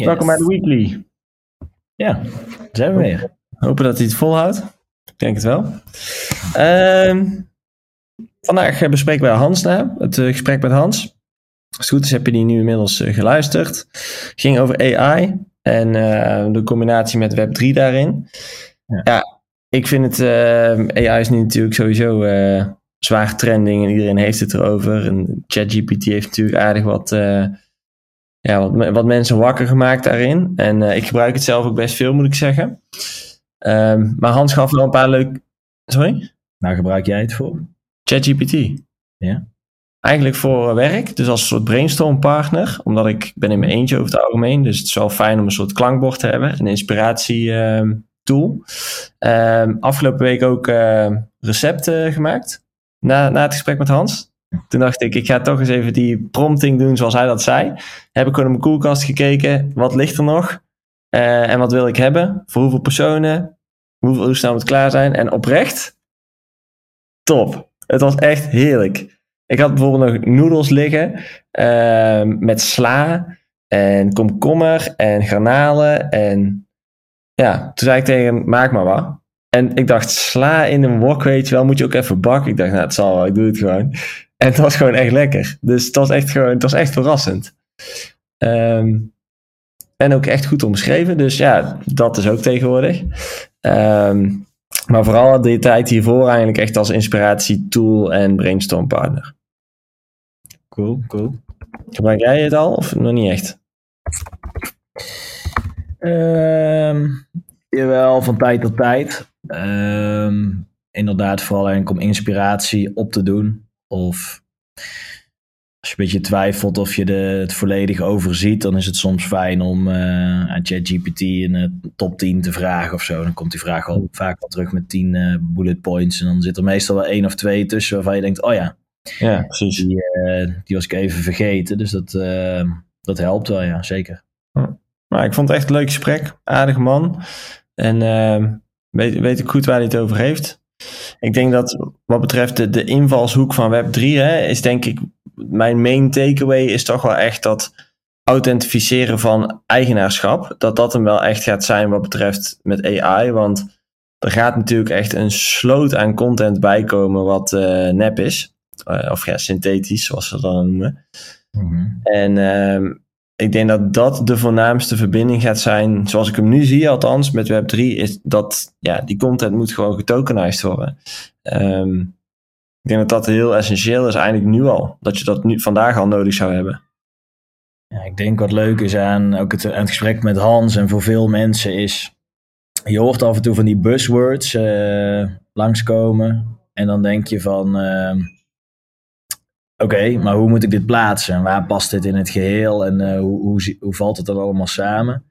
Welkom bij de Weekly. Ja, daar zijn we weer. Hopen dat hij het volhoudt. Ik denk het wel. Vandaag bespreken wij Hans het gesprek met Hans. Als het goed is heb je die nu inmiddels geluisterd. Het ging over AI en de combinatie met Web3 daarin. Ja, ik vind het... AI is nu natuurlijk sowieso zwaar trending en iedereen heeft het erover. En ChatGPT heeft natuurlijk aardig wat mensen wakker gemaakt daarin. En ik gebruik het zelf ook best veel, moet ik zeggen. Maar Hans gaf wel een paar leuke... Sorry? Nou, gebruik jij het voor? ChatGPT. Ja. Eigenlijk voor werk, dus als een soort brainstormpartner. Omdat ik ben in mijn eentje over het algemeen. Dus het is wel fijn om een soort klankbord te hebben. Een inspiratietool. Afgelopen week ook recepten gemaakt. Na het gesprek met Hans. Toen dacht ik ga toch eens even die prompting doen zoals hij dat zei. Heb ik gewoon op mijn koelkast gekeken. Wat ligt er nog? En wat wil ik hebben? Voor hoeveel personen? Hoe snel moet het klaar zijn? En oprecht, top. Het was echt heerlijk. Ik had bijvoorbeeld nog noedels liggen met sla en komkommer en garnalen. En ja, toen zei ik tegen hem, maak maar wat. En ik dacht, sla in een wok, weet je wel, moet je ook even bakken. Ik dacht, nou, het zal wel, ik doe het gewoon. En het was gewoon echt lekker. Dus het was echt verrassend. En ook echt goed omschreven. Dus ja, dat is ook tegenwoordig. Maar vooral de tijd hiervoor eigenlijk echt als inspiratietool en brainstormpartner. Cool. Gebruik jij het al of nog niet echt? Jawel, van tijd tot tijd. Inderdaad, vooral eigenlijk om inspiratie op te doen. Of als je een beetje twijfelt of je het volledig overziet, dan is het soms fijn om aan ChatGPT een top 10 te vragen of zo. Dan komt die vraag al vaak wel terug met 10 bullet points. En dan zit er meestal wel 1 of 2 tussen waarvan je denkt, oh ja, precies. Die was ik even vergeten. Dus dat helpt wel, ja, zeker. Nou, ik vond het echt een leuk gesprek. Aardig man. En weet ik goed waar hij het over heeft. Ik denk dat wat betreft de invalshoek van Web3, is denk ik, mijn main takeaway is toch wel echt dat authentificeren van eigenaarschap, dat hem wel echt gaat zijn wat betreft met AI, want er gaat natuurlijk echt een sloot aan content bijkomen wat nep is, of ja, synthetisch, zoals ze dat dan noemen. Mm-hmm. En ik denk dat de voornaamste verbinding gaat zijn, zoals ik hem nu zie althans, met Web3, is dat die content moet gewoon getokenized worden. Ik denk dat heel essentieel is eigenlijk nu al. Dat je dat nu vandaag al nodig zou hebben. Ja, ik denk wat leuk is aan ook het gesprek met Hans en voor veel mensen is, je hoort af en toe van die buzzwords langskomen en dan denk je van oké, maar hoe moet ik dit plaatsen? En waar past dit in het geheel? En hoe valt het dan allemaal samen?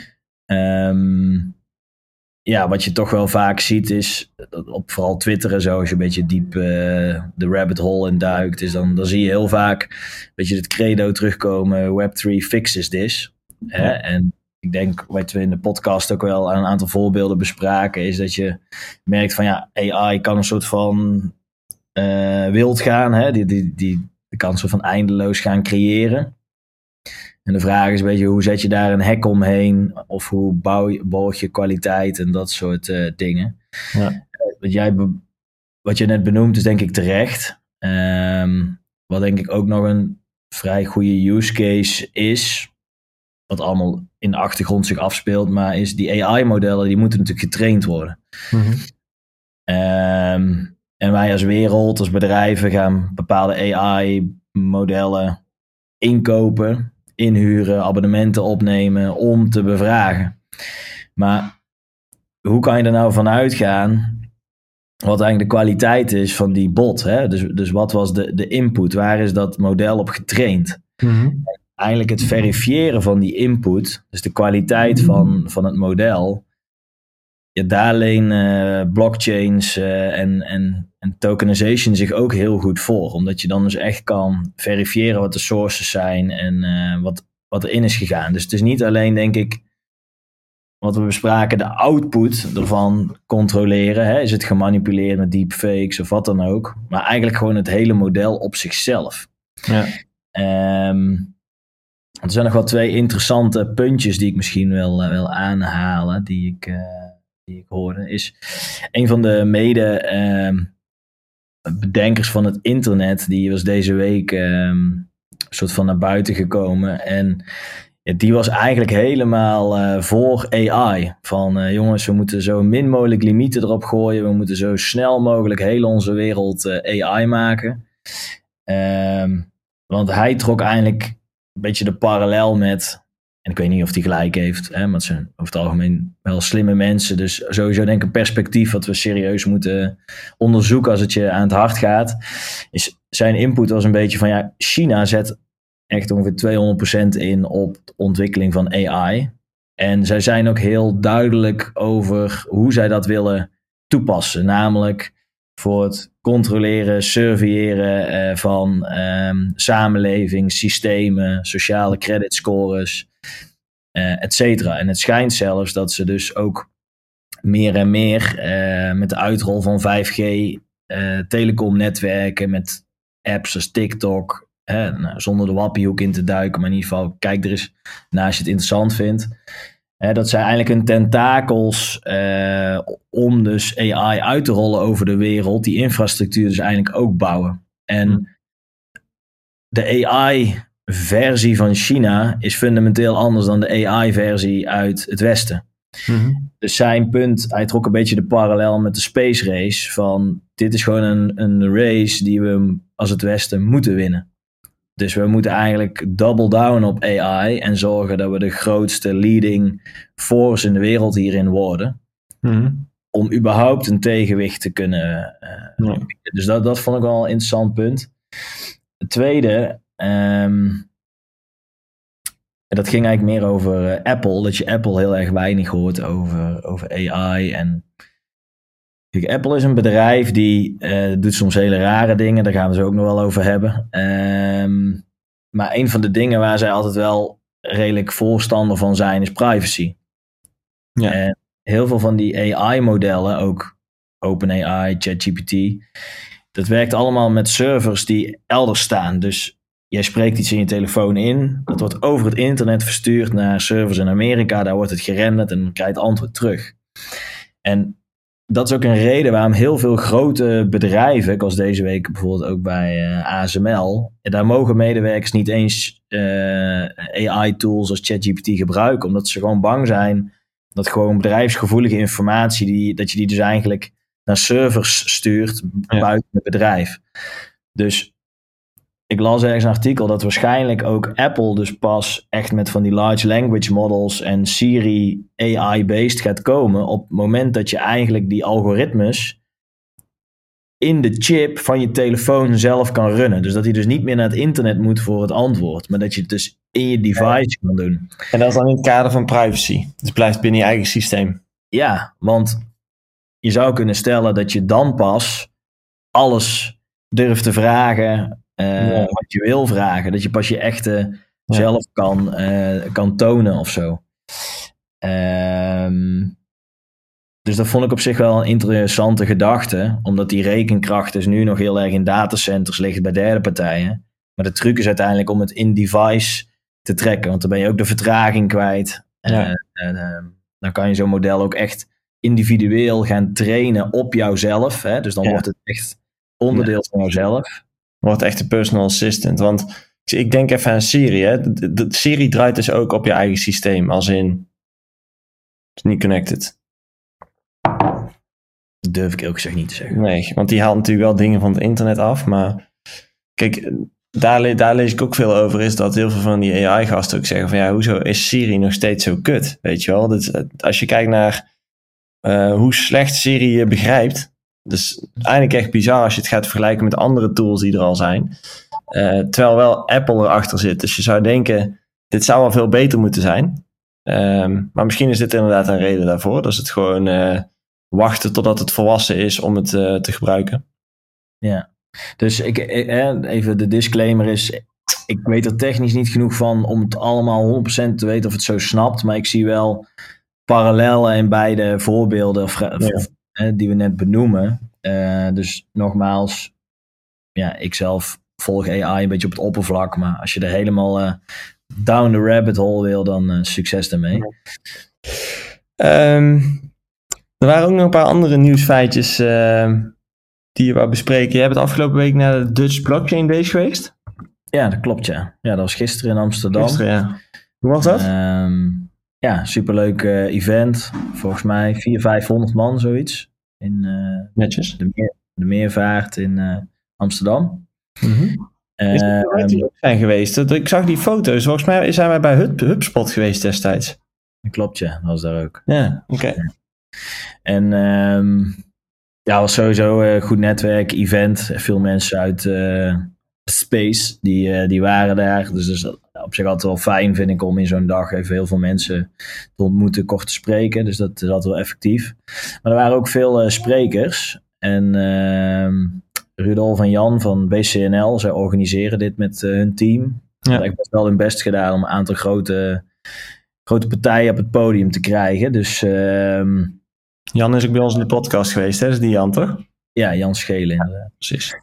Wat je toch wel vaak ziet is, op vooral Twitter en zo, als je een beetje diep de rabbit hole in duikt, dus dan zie je heel vaak een beetje het credo terugkomen, Web3 fixes this. Hè? En ik denk, wat we in de podcast ook wel aan een aantal voorbeelden bespraken, is dat je merkt van AI kan een soort van wild gaan, hè? Die kan een soort van eindeloos gaan creëren. En de vraag is een beetje, hoe zet je daar een hek omheen? Of hoe borg je kwaliteit en dat soort dingen. Ja. Wat je net benoemt is denk ik terecht. Wat denk ik ook nog een vrij goede use case is, wat allemaal in de achtergrond zich afspeelt, maar is die AI-modellen, die moeten natuurlijk getraind worden. Mm-hmm. En wij als wereld, als bedrijven gaan bepaalde AI-modellen inkopen, inhuren, abonnementen opnemen om te bevragen. Maar hoe kan je er nou van uitgaan wat eigenlijk de kwaliteit is van die bot? Hè? Dus wat was de input? Waar is dat model op getraind? Mm-hmm. Eigenlijk het verifiëren van die input, dus de kwaliteit van het model, daar lenen blockchains en tokenization zich ook heel goed voor. Omdat je dan dus echt kan verifiëren wat de sources zijn en wat erin is gegaan. Dus het is niet alleen, denk ik, wat we bespraken, de output ervan controleren. Hè? Is het gemanipuleerd met deepfakes of wat dan ook. Maar eigenlijk gewoon het hele model op zichzelf. Ja. Er zijn nog wel 2 interessante puntjes die ik misschien wil aanhalen, die ik hoorde. Is een van de bedenkers van het internet, die was deze week een soort van naar buiten gekomen. En die was eigenlijk helemaal voor AI. Van jongens, we moeten zo min mogelijk limieten erop gooien. We moeten zo snel mogelijk heel onze wereld AI maken. Want hij trok eigenlijk een beetje de parallel met, en ik weet niet of hij gelijk heeft, maar het zijn over het algemeen wel slimme mensen. Dus sowieso denk ik een perspectief wat we serieus moeten onderzoeken als het je aan het hart gaat. Zijn input was een beetje van, China zet echt ongeveer 200% in op de ontwikkeling van AI. En zij zijn ook heel duidelijk over hoe zij dat willen toepassen. Namelijk voor het controleren, surveilleren van samenleving, systemen, sociale creditscores, et cetera. En het schijnt zelfs dat ze dus ook meer en meer met de uitrol van 5G, telecomnetwerken, met apps als TikTok, zonder de wappiehoek in te duiken, maar in ieder geval kijk er eens naar als je het interessant vindt. Dat zij eigenlijk hun tentakels om dus AI uit te rollen over de wereld, die infrastructuur dus eigenlijk ook bouwen. En de AI-versie van China is fundamenteel anders dan de AI-versie uit het Westen. Mm-hmm. Dus zijn punt, hij trok een beetje de parallel met de space race, van dit is gewoon een race die we als het Westen moeten winnen. Dus we moeten eigenlijk double down op AI en zorgen dat we de grootste leading force in de wereld hierin worden. Mm-hmm. Om überhaupt een tegenwicht te kunnen bieden. Dus dat vond ik wel een interessant punt. Het tweede, dat ging eigenlijk meer over Apple. Dat je Apple heel erg weinig hoort over AI. En kijk, Apple is een bedrijf die doet soms hele rare dingen. Daar gaan we het ook nog wel over hebben. Maar een van de dingen waar zij altijd wel redelijk voorstander van zijn is privacy. Ja. En heel veel van die AI-modellen, ook OpenAI, ChatGPT, dat werkt allemaal met servers die elders staan. Dus jij spreekt iets in je telefoon in. Dat wordt over het internet verstuurd naar servers in Amerika. Daar wordt het gerenderd en dan krijg je het antwoord terug. En dat is ook een reden waarom heel veel grote bedrijven, ik was deze week bijvoorbeeld ook bij ASML, daar mogen medewerkers niet eens AI-tools als ChatGPT gebruiken, omdat ze gewoon bang zijn dat gewoon bedrijfsgevoelige informatie, dat je die dus eigenlijk naar servers stuurt buiten het bedrijf. Dus ik las ergens een artikel dat waarschijnlijk ook Apple dus pas echt met van die large language models en Siri AI-based gaat komen op het moment dat je eigenlijk die algoritmes in de chip van je telefoon zelf kan runnen. Dus dat hij dus niet meer naar het internet moet voor het antwoord, maar dat je het dus in je device kan doen. En dat is dan in het kader van privacy. Dus blijft binnen je eigen systeem. Ja, want je zou kunnen stellen dat je dan pas alles durft te vragen wat je wil vragen. Dat je pas je echte zelf kan tonen of zo. Dus dat vond ik op zich wel een interessante gedachte. Omdat die rekenkracht dus nu nog heel erg in datacenters ligt bij derde partijen. Maar de truc is uiteindelijk om het in-device te trekken. Want dan ben je ook de vertraging kwijt. Dan kan je zo'n model ook echt individueel gaan trainen op jouzelf. Hè? Dus dan wordt het echt onderdeel van jouzelf. Wordt echt een personal assistant. Want ik denk even aan Siri. Hè? De Siri draait dus ook op je eigen systeem. Als in, is niet connected. Dat durf ik ook gezegd niet te zeggen. Nee, want die haalt natuurlijk wel dingen van het internet af. Maar kijk, daar lees ik ook veel over. Is dat heel veel van die AI-gasten ook zeggen van hoezo is Siri nog steeds zo kut? Weet je wel? Dus, als je kijkt naar hoe slecht Siri je begrijpt. Dus eigenlijk echt bizar als je het gaat vergelijken met andere tools die er al zijn. Terwijl wel Apple erachter zit. Dus je zou denken, dit zou wel veel beter moeten zijn. Maar misschien is dit inderdaad een reden daarvoor. Dat is het gewoon wachten totdat het volwassen is om het te gebruiken. Ja, dus even de disclaimer is, ik weet er technisch niet genoeg van om het allemaal 100% te weten of het zo snapt. Maar ik zie wel parallellen in beide voorbeelden die we net benoemen. Dus nogmaals, ik zelf volg AI een beetje op het oppervlak. Maar als je er helemaal down the rabbit hole wil, dan succes daarmee. Er waren ook nog een paar andere nieuwsfeitjes die je wou bespreken. Jij bent afgelopen week naar de Dutch Blockchain Days geweest? Ja, dat klopt, ja. Ja, dat was gisteren in Amsterdam. Gisteren, ja. Hoe was dat? Ja, superleuk event. Volgens mij 400-500 man, zoiets. Netjes. De Meervaart in Amsterdam. Is dat waar die ook zijn geweest? Ik zag die foto's. Volgens mij zijn wij bij HubSpot geweest destijds. Dat klopt, ja. Dat was daar ook. Ja, oké. Ja. En ja, was sowieso een goed netwerk, event. Veel mensen uit Space, die waren daar. Dus op zich altijd wel fijn, vind ik, om in zo'n dag even heel veel mensen te ontmoeten, kort te spreken. Dus dat is altijd wel effectief. Maar er waren ook veel sprekers. En Rudolf en Jan van BCNL, zij organiseren dit met hun team. Ze hebben echt best wel hun best gedaan om een aantal grote partijen op het podium te krijgen. Dus Jan is ook bij ons in de podcast geweest, hè? Dat is die Jan, toch? Ja, Jan Schelen, inderdaad. Precies.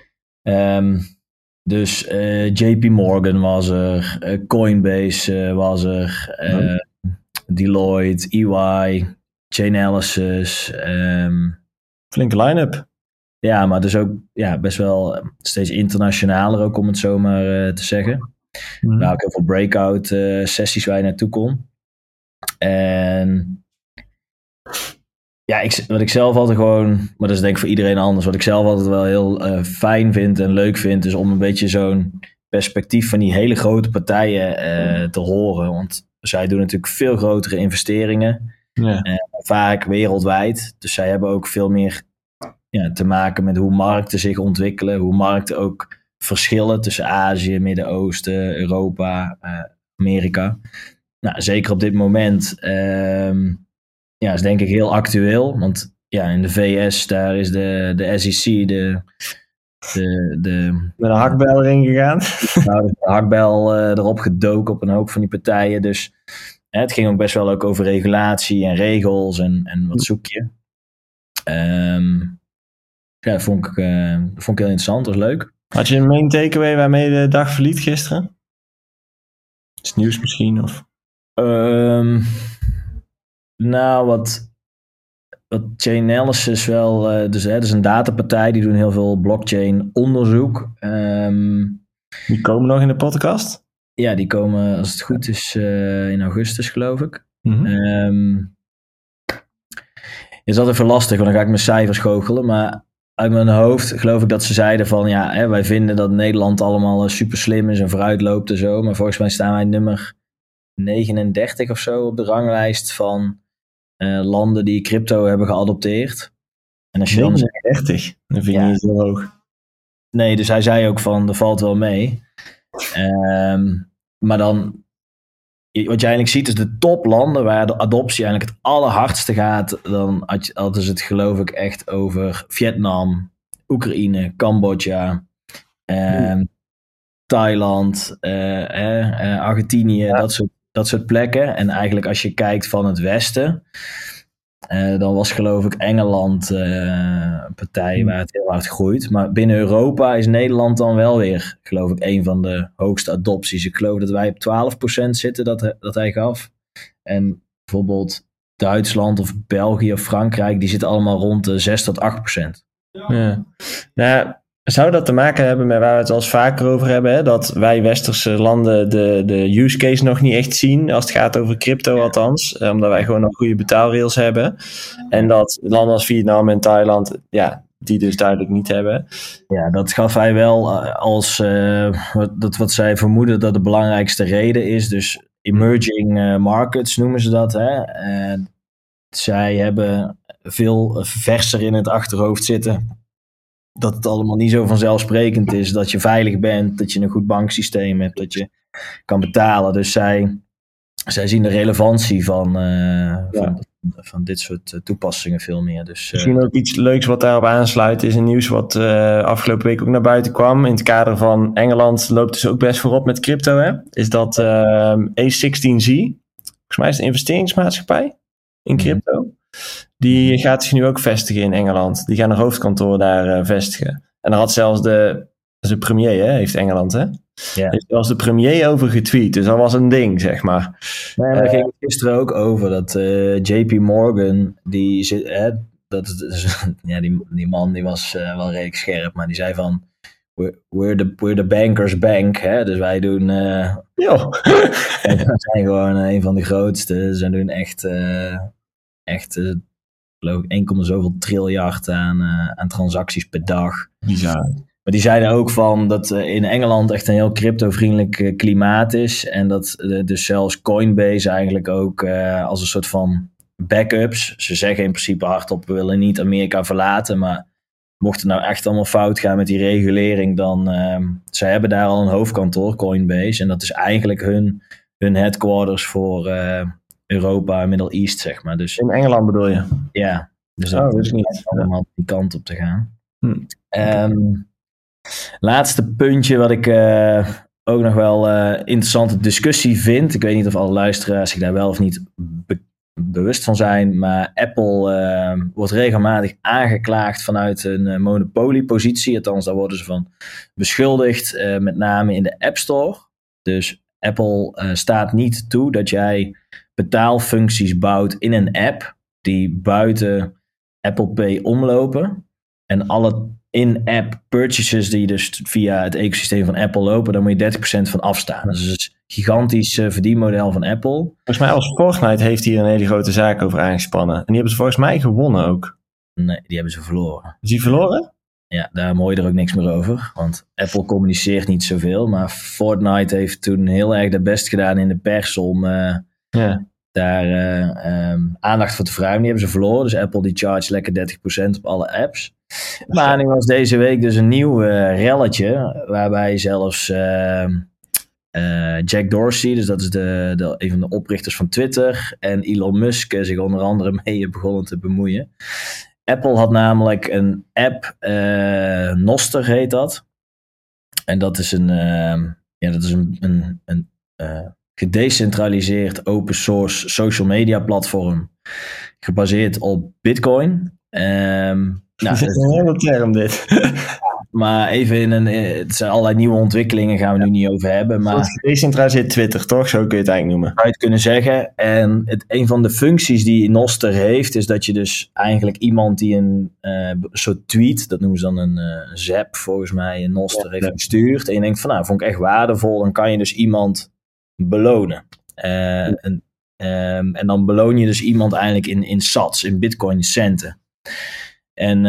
Dus JP Morgan was er, Coinbase was er, Deloitte, EY, Chainalysis. Flinke line-up. Ja, maar dus ook best wel steeds internationaler ook, om het zo maar te zeggen. Er waren ook heel veel breakout sessies waar je naartoe kon. En ja, wat ik zelf altijd gewoon, maar dat is denk ik voor iedereen anders, wat ik zelf altijd wel heel fijn vind en leuk vind, is om een beetje zo'n perspectief van die hele grote partijen te horen. Want zij doen natuurlijk veel grotere investeringen, vaak wereldwijd. Dus zij hebben ook veel meer te maken met hoe markten zich ontwikkelen, hoe markten ook verschillen tussen Azië, Midden-Oosten, Europa, Amerika. Nou, zeker op dit moment is denk ik heel actueel. Want in de VS, daar is de SEC met een hakbel erin gegaan. Nou, de hakbel erop gedoken op een hoop van die partijen. Dus het ging ook best wel ook over regulatie en regels en wat zoek je. Dat vond ik heel interessant, dat was leuk. Had je een main takeaway waarmee je de dag verliet gisteren? Is het nieuws misschien? Of? Nou, wat Chainalysis wel, dus dat is een datapartij, die doen heel veel blockchain onderzoek. Die komen nog in de podcast? Ja, die komen, als het goed is, in augustus, geloof ik. Is dat even lastig, want dan ga ik mijn cijfers goochelen, maar uit mijn hoofd geloof ik dat ze zeiden van, wij vinden dat Nederland allemaal super slim is en vooruit loopt en zo, maar volgens mij staan wij nummer 39 of zo op de ranglijst van landen die crypto hebben geadopteerd. En als je 39, dan vind je niet zo hoog. Nee, dus hij zei ook van, er valt wel mee. Maar dan, wat je eigenlijk ziet, is de toplanden waar de adoptie eigenlijk het allerhardste gaat. Dan hadden ze het geloof ik echt over Vietnam, Oekraïne, Cambodja, Thailand, Argentinië, dat soort plekken. En eigenlijk als je kijkt van het westen, dan was geloof ik Engeland een partij waar het heel hard groeit. Maar binnen Europa is Nederland dan wel weer, geloof ik, een van de hoogste adopties. Ik geloof dat wij op 12% zitten, dat hij gaf. En bijvoorbeeld Duitsland of België of Frankrijk, die zitten allemaal rond de 6-8%. Ja. Nou, zou dat te maken hebben met waar we het al eens vaker over hebben, hè? Dat wij westerse landen de use case nog niet echt zien, als het gaat over crypto althans, omdat wij gewoon nog goede betaalrails hebben. En dat landen als Vietnam en Thailand, die dus duidelijk niet hebben. Ja, dat gaf hij wel als wat zij vermoeden dat de belangrijkste reden is. Dus emerging markets noemen ze dat. Hè? Zij hebben veel verser in het achterhoofd zitten dat het allemaal niet zo vanzelfsprekend is, dat je veilig bent, dat je een goed banksysteem hebt, dat je kan betalen. Dus zij zien de relevantie van dit soort toepassingen veel meer. Dus, misschien ook iets leuks wat daarop aansluit is een nieuws wat afgelopen week ook naar buiten kwam. In het kader van Engeland loopt dus ook best voorop met crypto. Hè? Is dat A16Z, volgens mij is het een investeringsmaatschappij in crypto. Die gaat zich nu ook vestigen in Engeland. Die gaan een hoofdkantoor daar vestigen. En dan had zelfs de premier, heeft Engeland, hè? Ja. Dus daar was de premier over getweet. Dus dat was een ding, zeg maar. Nee, daar ging het gisteren ook over. Dat JP Morgan, die zit... die man die was wel redelijk scherp. Maar die zei van... We're the bankers bank. Hè? Dus wij doen... we zijn gewoon een van de grootste. Ze doen echt geloof ik 1, zoveel triljard aan transacties per dag. Bizar. Maar die zeiden ook van dat in Engeland echt een heel crypto-vriendelijk klimaat is. En dat dus zelfs Coinbase eigenlijk ook als een soort van backups. Ze zeggen in principe hardop, we willen niet Amerika verlaten. Maar mocht het nou echt allemaal fout gaan met die regulering, dan... ze hebben daar al een hoofdkantoor, Coinbase. En dat is eigenlijk hun headquarters voor Europa en Middle East, zeg maar. Dus, in Engeland bedoel je? Ja. Dus dat is niet allemaal die kant op te gaan. Laatste puntje wat ik ook nog wel interessante discussie vind. Ik weet niet of alle luisteraars zich daar wel of niet bewust van zijn. Maar Apple wordt regelmatig aangeklaagd vanuit een monopoliepositie. Althans, daar worden ze van beschuldigd. Met name in de App Store. Dus Apple staat niet toe dat jij betaalfuncties bouwt in een app die buiten Apple Pay omlopen. En alle in-app purchases die dus via het ecosysteem van Apple lopen, dan moet je 30% van afstaan. Dat is een gigantisch verdienmodel van Apple. Volgens mij als Fortnite heeft hier een hele grote zaak over aangespannen. En die hebben ze volgens mij gewonnen ook. Nee, die hebben ze verloren. Is die verloren? Ja, daar hoor je er ook niks meer over. Want Apple communiceert niet zoveel. Maar Fortnite heeft toen heel erg de best gedaan in de pers om daar aandacht voor te vragen. Die hebben ze verloren. Dus Apple die charge lekker 30% op alle apps. Maar nu was deze week dus een nieuw relletje. Waarbij zelfs Jack Dorsey, dus dat is een van de oprichters van Twitter, en Elon Musk zich onder andere mee begonnen te bemoeien. Apple had namelijk een app, Nostr heet dat. En dat is een gedecentraliseerd open source social media platform. Gebaseerd op Bitcoin. Dat is een hele term dit. Maar even het zijn allerlei nieuwe ontwikkelingen, gaan we nu niet over hebben. Maar gedecentraliseerd Twitter, toch? Zo kun je het eigenlijk noemen. Zou je het kunnen zeggen. En een van de functies die Nostr heeft, is dat je dus eigenlijk iemand die een soort tweet, dat noemen ze dan een zap volgens mij, in Nostr heeft gestuurd. En je denkt van, nou, vond ik echt waardevol. Dan kan je dus iemand belonen. En dan beloon je dus iemand eigenlijk in sats, in Bitcoin centen. En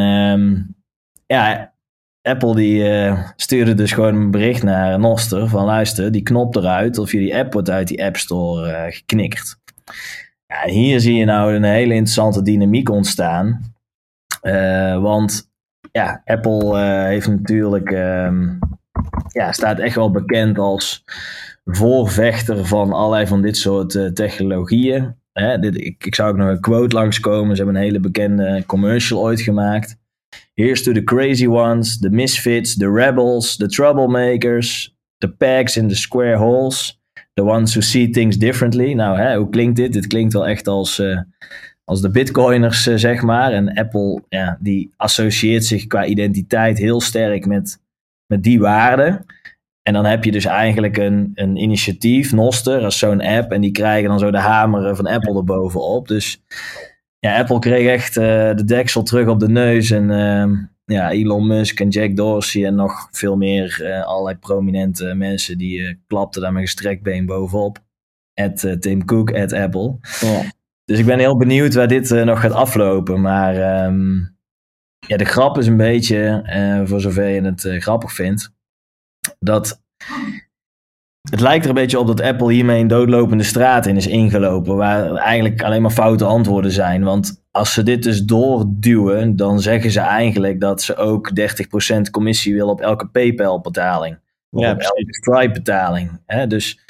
Apple die stuurde dus gewoon een bericht naar Nostr van luister, die knop eruit of je die app wordt uit die App Store geknikkerd. Ja, en hier zie je nou een hele interessante dynamiek ontstaan. Want ja, Apple heeft natuurlijk staat echt wel bekend als voorvechter van allerlei van dit soort technologieën. Ik zou ook nog een quote langskomen. Ze hebben een hele bekende commercial ooit gemaakt. Here's to the crazy ones, the misfits, the rebels, the troublemakers, the pegs in the square holes, the ones who see things differently. Nou, hoe klinkt dit? Dit klinkt wel echt als de bitcoiners, zeg maar. En Apple, die associeert zich qua identiteit heel sterk met die waarden. En dan heb je dus eigenlijk een initiatief, Nostr, als zo'n app. En die krijgen dan zo de hamer van Apple erbovenop. Dus ja, Apple kreeg echt de deksel terug op de neus. En Elon Musk en Jack Dorsey en nog veel meer allerlei prominente mensen die klapten daar met gestrekt been bovenop. Tim Cook, Apple. Ja. Dus ik ben heel benieuwd waar dit nog gaat aflopen. Maar de grap is een beetje, voor zover je het grappig vindt, dat het lijkt er een beetje op dat Apple hiermee een doodlopende straat in is ingelopen, waar eigenlijk alleen maar foute antwoorden zijn. Want als ze dit dus doorduwen, dan zeggen ze eigenlijk dat ze ook 30% commissie willen op elke PayPal-betaling. Of op elke Stripe-betaling. Dus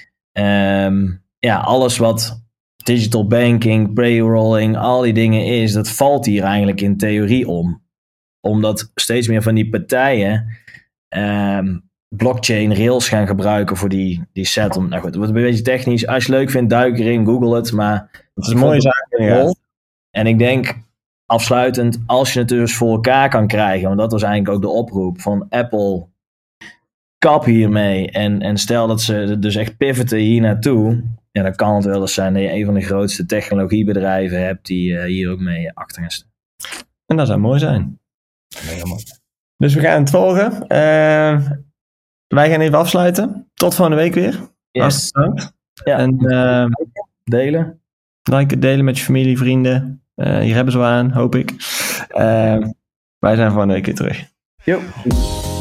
alles wat digital banking, payrolling, al die dingen is, dat valt hier eigenlijk in theorie om. Omdat steeds meer van die partijen blockchain rails gaan gebruiken voor die settlement. Nou goed, het wordt een beetje technisch. Als je het leuk vindt, duik erin, google het. Maar het is een mooie zaak. Ja. En ik denk, afsluitend, als je het dus voor elkaar kan krijgen, want dat was eigenlijk ook de oproep van Apple, kap hiermee en stel dat ze dus echt pivoten hier naartoe, ja, dan kan het wel eens zijn dat je een van de grootste technologiebedrijven hebt die hier ook mee achter gaan staan. En dat zou mooi zijn. Mega mooi. Dus we gaan het volgen. Wij gaan even afsluiten. Tot volgende week weer. Yes. Hartstikke bedankt. Ja. En Delen. like, delen met je familie, vrienden. Hier hebben ze wel aan, hoop ik. Wij zijn volgende week weer terug. Jo.